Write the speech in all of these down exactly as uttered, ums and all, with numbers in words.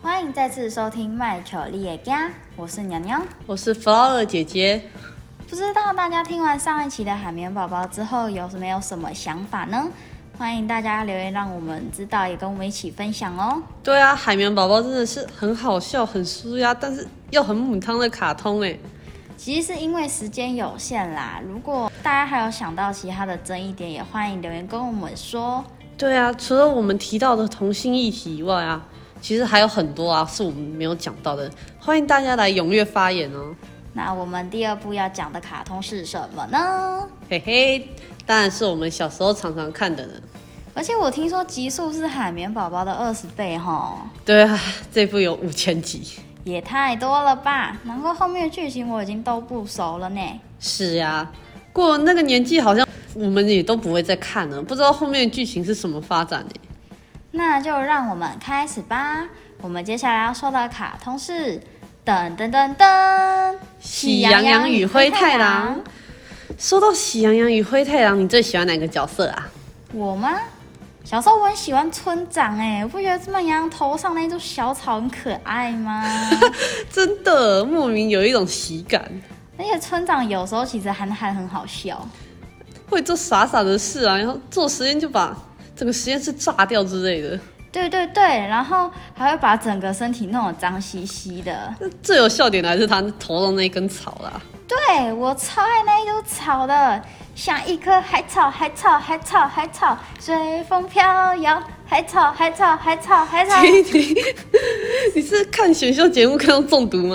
欢迎再次收听麦球利耶家，我是娘娘， 我是 Flower 姐姐。 不知道大家听完上一期的海绵宝宝之后有没有什么想法呢？欢迎大家留言让我们知道，也跟我们一起分享哦。 对啊，海绵宝宝真的是很好笑、很舒压，但是又很母汤的卡通哎。 其实是因为时间有限啦，如果大家还有想到其他的争议点，也欢迎留言跟我们说。 对啊，除了我们提到的同性议题以外啊，其实还有很多啊是我们没有讲到的，欢迎大家来踊跃发言哦。 那我们第二部要讲的卡通是什么呢？ 嘿嘿，当然是我们小时候常常看的呢。 而且我听说集数是海绵宝宝的二十倍齁。 对啊，这部有五千集。 也太多了吧，难怪后面的剧情我已经都不熟了呢。 是啊，过那个年纪好像我们也都不会再看了，不知道后面的剧情是什么发展呢？ 那就让我们开始吧。我们接下来要说的卡通是噔噔噔噔， 喜羊羊与灰太狼。说到喜羊羊与灰太狼，你最喜欢哪个角色啊？ 我吗？小时候我很喜欢村长哎，不觉得这么羊头上那株小草很可爱吗？ 真的，莫名有一种喜感。 而且村长有时候其实还还很好笑， 会做傻傻的事啊，然后做实验就把整个实验室炸掉之类的。 对对对，然后还会把整个身体弄得脏兮兮的。 最有笑点的还是他头上那一根草啦。 对，我超爱那一株草的，像一棵海草，海草，海草，海草，随风飘摇，海草，海草，海草，海草。 你你是看选秀节目看到中毒吗？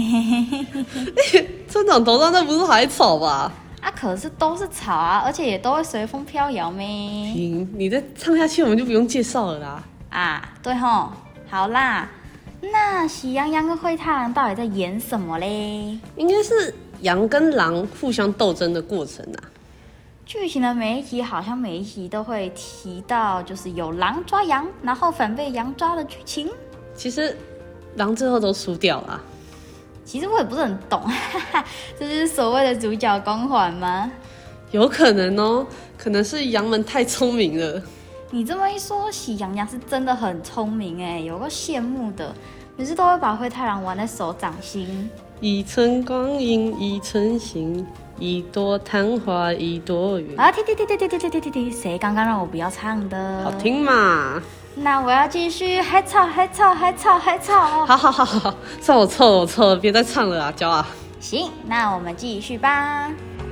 村长头上那不是海草吧？ 啊，可是都是草啊，而且也都会随风飘摇咩。 行，你再唱下去我们就不用介绍了啦。 啊，对吼，好啦，那喜羊羊跟灰太狼到底在演什么嘞？ 应该是羊跟狼互相斗争的过程啊。 剧情的每一集好像每一集都会提到，就是有狼抓羊，然后反被羊抓的剧情。 其实狼最后都输掉了。 其实我也不是很懂，哈哈，这就是所谓的主角光环吗？ 有可能哦，可能是羊们太聪明了。 你这么一说，喜羊羊是真的很聪明哎，有个羡慕的，每次都会把灰太狼玩在手掌心。 一寸光阴一寸心，一朵昙花一朵云。 啊，停停停停停停停停停，谁刚刚让我不要唱的？ 好听嘛。 那我要继续海草海草海草海草。 好好好好好，算我错了我错了，别再唱了啊，娇啊。 行，那我们继续吧。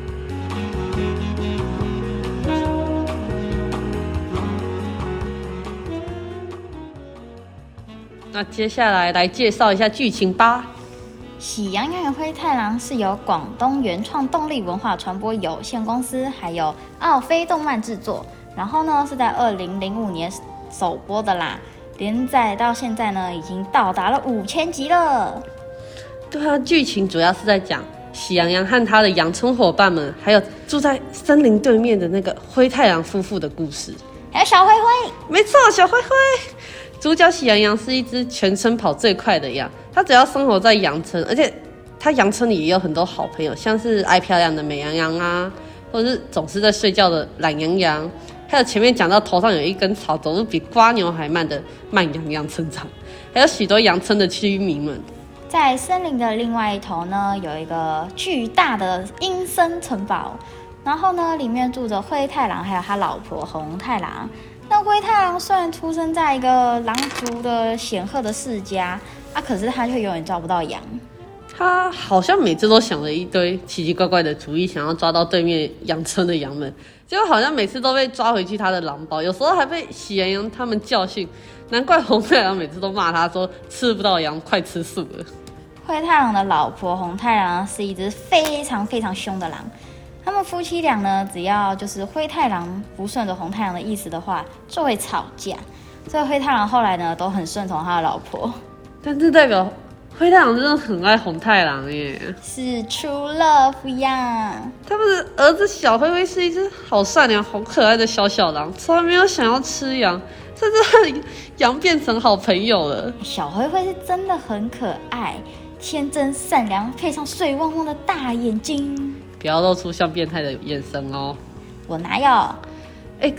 那接下来来介绍一下剧情吧。 喜羊羊与灰太狼是由广东原创动力文化传播有限公司还有奥飞动漫制作，然后呢是在二零零五年首播的啦，连载到现在呢已经到达了五千集了。 对啊，剧情主要是在讲喜羊羊和他的洋葱伙伴们，还有住在森林对面的那个灰太狼夫妇的故事。 还有小灰灰， 没错，小灰灰。主角喜羊羊是一只全村跑最快的羊，它只要生活在羊村，而且它羊村里也有很多好朋友，像是爱漂亮的美羊羊啊，或者是总是在睡觉的懒羊羊，还有前面讲到头上有一根草，走路比瓜牛还慢的慢羊羊村长，还有许多羊村的居民们。 在森林的另外一头呢，有一个巨大的阴森城堡，然后呢，里面住着灰太狼还有他老婆红太狼。那灰太狼虽然出生在一个狼族的显赫的世家，啊，可是他却永远抓不到羊。 他好像每次都想了一堆奇奇怪怪的主意，想要抓到对面羊村的羊们，结果好像每次都被抓回去他的狼堡，有时候还被喜羊羊他们教训。难怪红太狼每次都骂他说吃不到羊，快吃素了。 灰太狼的老婆红太狼是一只非常非常凶的狼。他们夫妻俩呢，只要就是灰太狼不顺着红太狼的意思的话，就会吵架。所以灰太狼后来呢，都很顺从他的老婆。 但这代表灰太狼真的很爱红太狼耶， 是 true love 呀。 他们的儿子小灰灰是一只好善良、好可爱的小小狼，从来没有想要吃羊，甚至和羊变成好朋友了。 小灰灰是真的很可爱，天真善良，配上水汪汪的大眼睛。 不要露出像变态的眼神哦。 我哪有？ 哎、欸，可是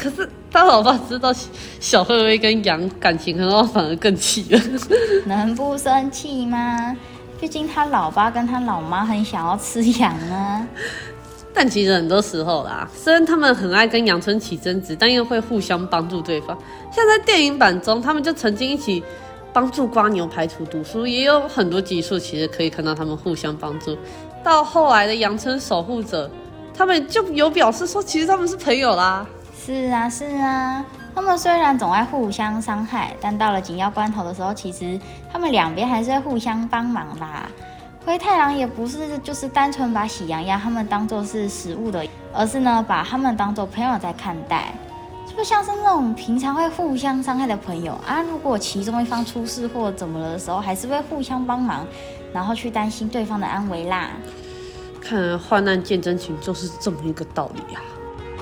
他老爸知道小灰灰跟羊感情很好，反而更气了。 能不生气吗？毕竟他老爸跟他老妈很想要吃羊啊。 但其实很多时候啦，虽然他们很爱跟阳春起争执，但又会互相帮助对方。像在电影版中，他们就曾经一起帮助瓜牛排除毒素，也有很多集数其实可以看到他们互相帮助。到后来的阳春守护者，他们就有表示说，其实他们是朋友啦。 是啊，是啊，他们虽然总爱互相伤害，但到了紧要关头的时候，其实他们两边还是会互相帮忙啦。灰太狼也不是就是单纯把喜羊羊他们当作是食物的，而是呢把他们当作朋友在看待，就像是那种平常会互相伤害的朋友啊。如果其中一方出事或怎么了的时候，还是会互相帮忙，然后去担心对方的安危啦。 看来患难见真情就是这么一个道理啊。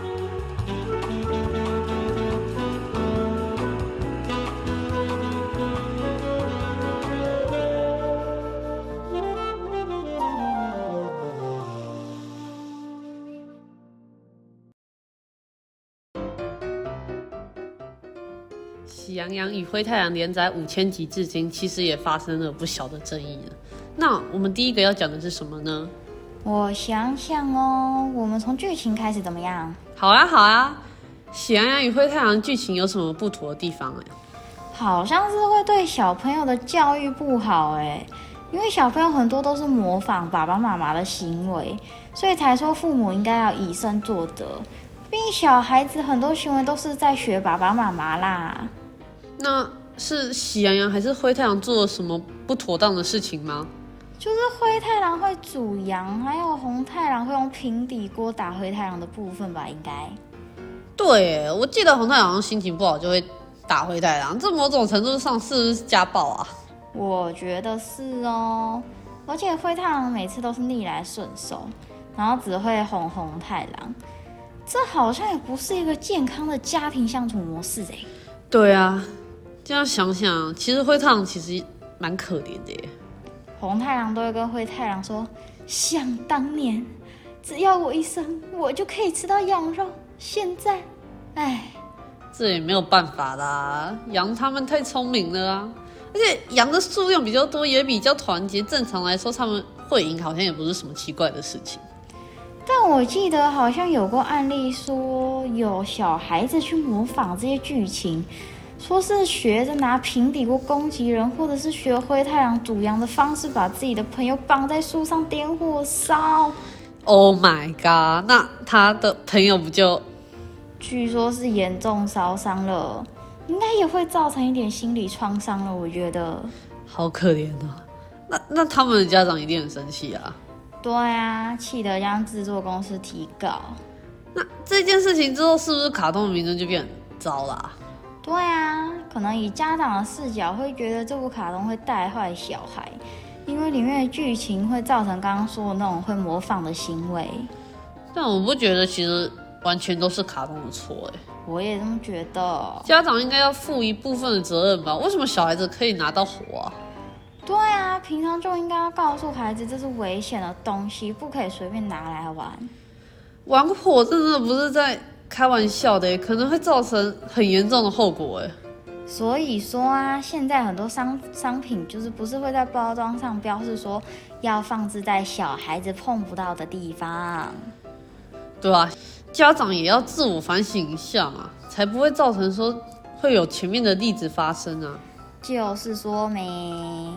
喜羊羊与灰太狼连载五千集至今，其实也发生了不小的争议了。那我们第一个要讲的是什么呢？ 我想想哦，我们从剧情开始怎么样？ 好啊，好啊。喜羊羊与灰太狼剧情有什么不妥的地方？哎， 好像是会对小朋友的教育不好哎，因为小朋友很多都是模仿爸爸妈妈的行为，所以才说父母应该要以身作则。毕竟小孩子很多行为都是在学爸爸妈妈啦。 那是喜羊羊还是灰太狼做了什么不妥当的事情吗？ 就是灰太狼会煮羊，还有红太狼会用平底锅打灰太狼的部分吧，应该。 对，我记得红太狼心情不好就会打灰太狼，这某种程度上是不是家暴啊？ 我觉得是哦，而且灰太狼每次都是逆来顺受，然后只会哄红太狼，这好像也不是一个健康的家庭相处模式哎。 对啊，这样想想，其实灰太狼其实蛮可怜的耶。 红太狼都会跟灰太狼说，想当年只要我一生我就可以吃到羊肉，现在唉， 这也没有办法啦，羊他们太聪明了啊，而且羊的数量比较多，也比较团结，正常来说他们会赢好像也不是什么奇怪的事情。 但我记得好像有过案例说，有小孩子去模仿这些剧情，说是学着拿平底锅攻击人，或者是学灰太狼煮羊的方式，把自己的朋友绑在树上点火烧。 Oh my god！ 那他的朋友不就…… 据说是严重烧伤了，应该也会造成一点心理创伤了。我觉得好可怜啊！那那他们的家长一定很生气啊。 对啊，气得让制作公司提告。 那这件事情之后，是不是卡通的名声就变很糟啦、啊？ 对啊，可能以家长的视角会觉得这部卡通会带坏小孩，因为里面的剧情会造成刚刚说的那种会模仿的行为。 但我不觉得其实完全都是卡通的错哎。 我也这么觉得。 家长应该要负一部分的责任吧？为什么小孩子可以拿到火啊？ 对啊，平常就应该要告诉孩子这是危险的东西，不可以随便拿来玩。 玩火真的不是在开玩笑的，可能会造成很严重的后果哎。 所以说啊，现在很多商商品就是不是会在包装上标示说要放置在小孩子碰不到的地方。 对啊，家长也要自我反省一下嘛，才不会造成说会有前面的例子发生啊。 就是说没。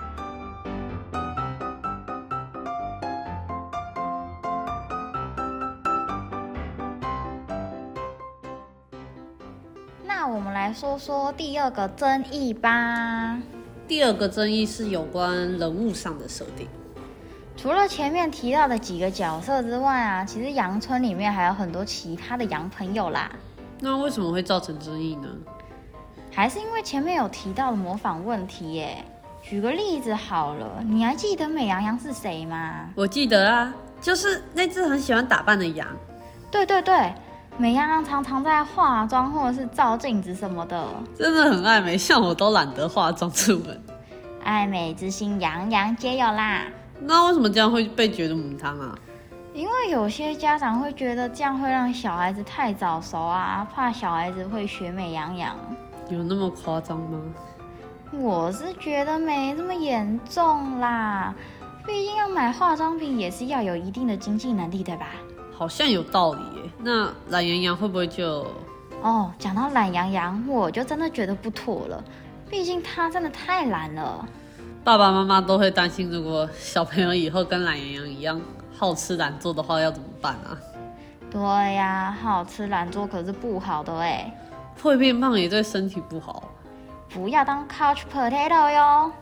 那我们来说说第二个争议吧。 第二个争议是有关人物上的设定。 除了前面提到的几个角色之外啊，其实羊村里面还有很多其他的羊朋友啦。 那为什么会造成争议呢？ 还是因为前面有提到的模仿问题耶。举个例子好了，你还记得美羊羊是谁吗？ 我记得啊，就是那只很喜欢打扮的羊。 对对对，美羊羊常常在化妆或者是照镜子什么的， 真的很爱美，像我都懒得化妆出门。 爱美之心，样样皆有啦。 那为什么这样会被觉得母汤啊？ 因因为有些家长会觉得这样会让小孩子太早熟啊，怕小孩子会学美羊羊。 有那么夸张吗？ 我是觉得没这么严重啦，毕竟要买化妆品也是要有一定的经济能力，对吧？ 好像有道理耶。那懒羊羊会不会就…… 哦，讲到懒羊羊，我就真的觉得不妥了，毕竟他真的太懒了。 爸爸妈妈都会担心，如果小朋友以后跟懒羊羊一样好吃懒做的话，要怎么办啊？ 对呀，好吃懒做可是不好的哎， 会变胖也对身体不好。 不要当 couch potato 哟。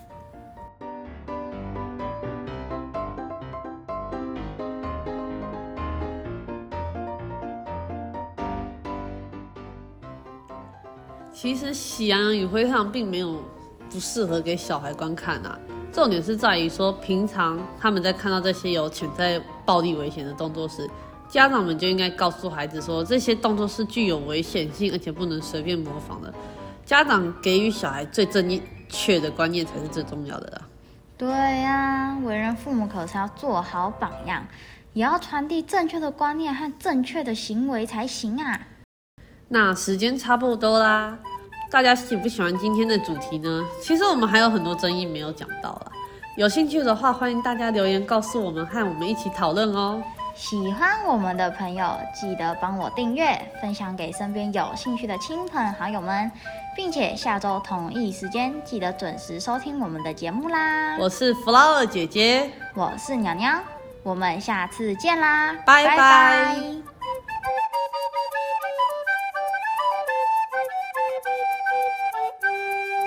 其实《喜羊羊与灰太狼》并没有不适合给小孩观看啊，重点是在于说，平常他们在看到这些有潜在暴力危险的动作时，家长们就应该告诉孩子说，这些动作是具有危险性，而且不能随便模仿的。家长给予小孩最正确的观念才是最重要的啦。 对呀，为人父母可是要做好榜样，也要传递正确的观念和正确的行为才行啊。 那时间差不多啦，大家喜不喜欢今天的主题呢？其实我们还有很多争议没有讲到啦，有兴趣的话，欢迎大家留言告诉我们，和我们一起讨论哦。 喜欢我们的朋友，记得帮我订阅，分享给身边有兴趣的亲朋好友们，并且下周同一时间记得准时收听我们的节目啦。 我是 Flower 姐姐， 我是鸟鸟，我们下次见啦， 拜拜。 拜拜。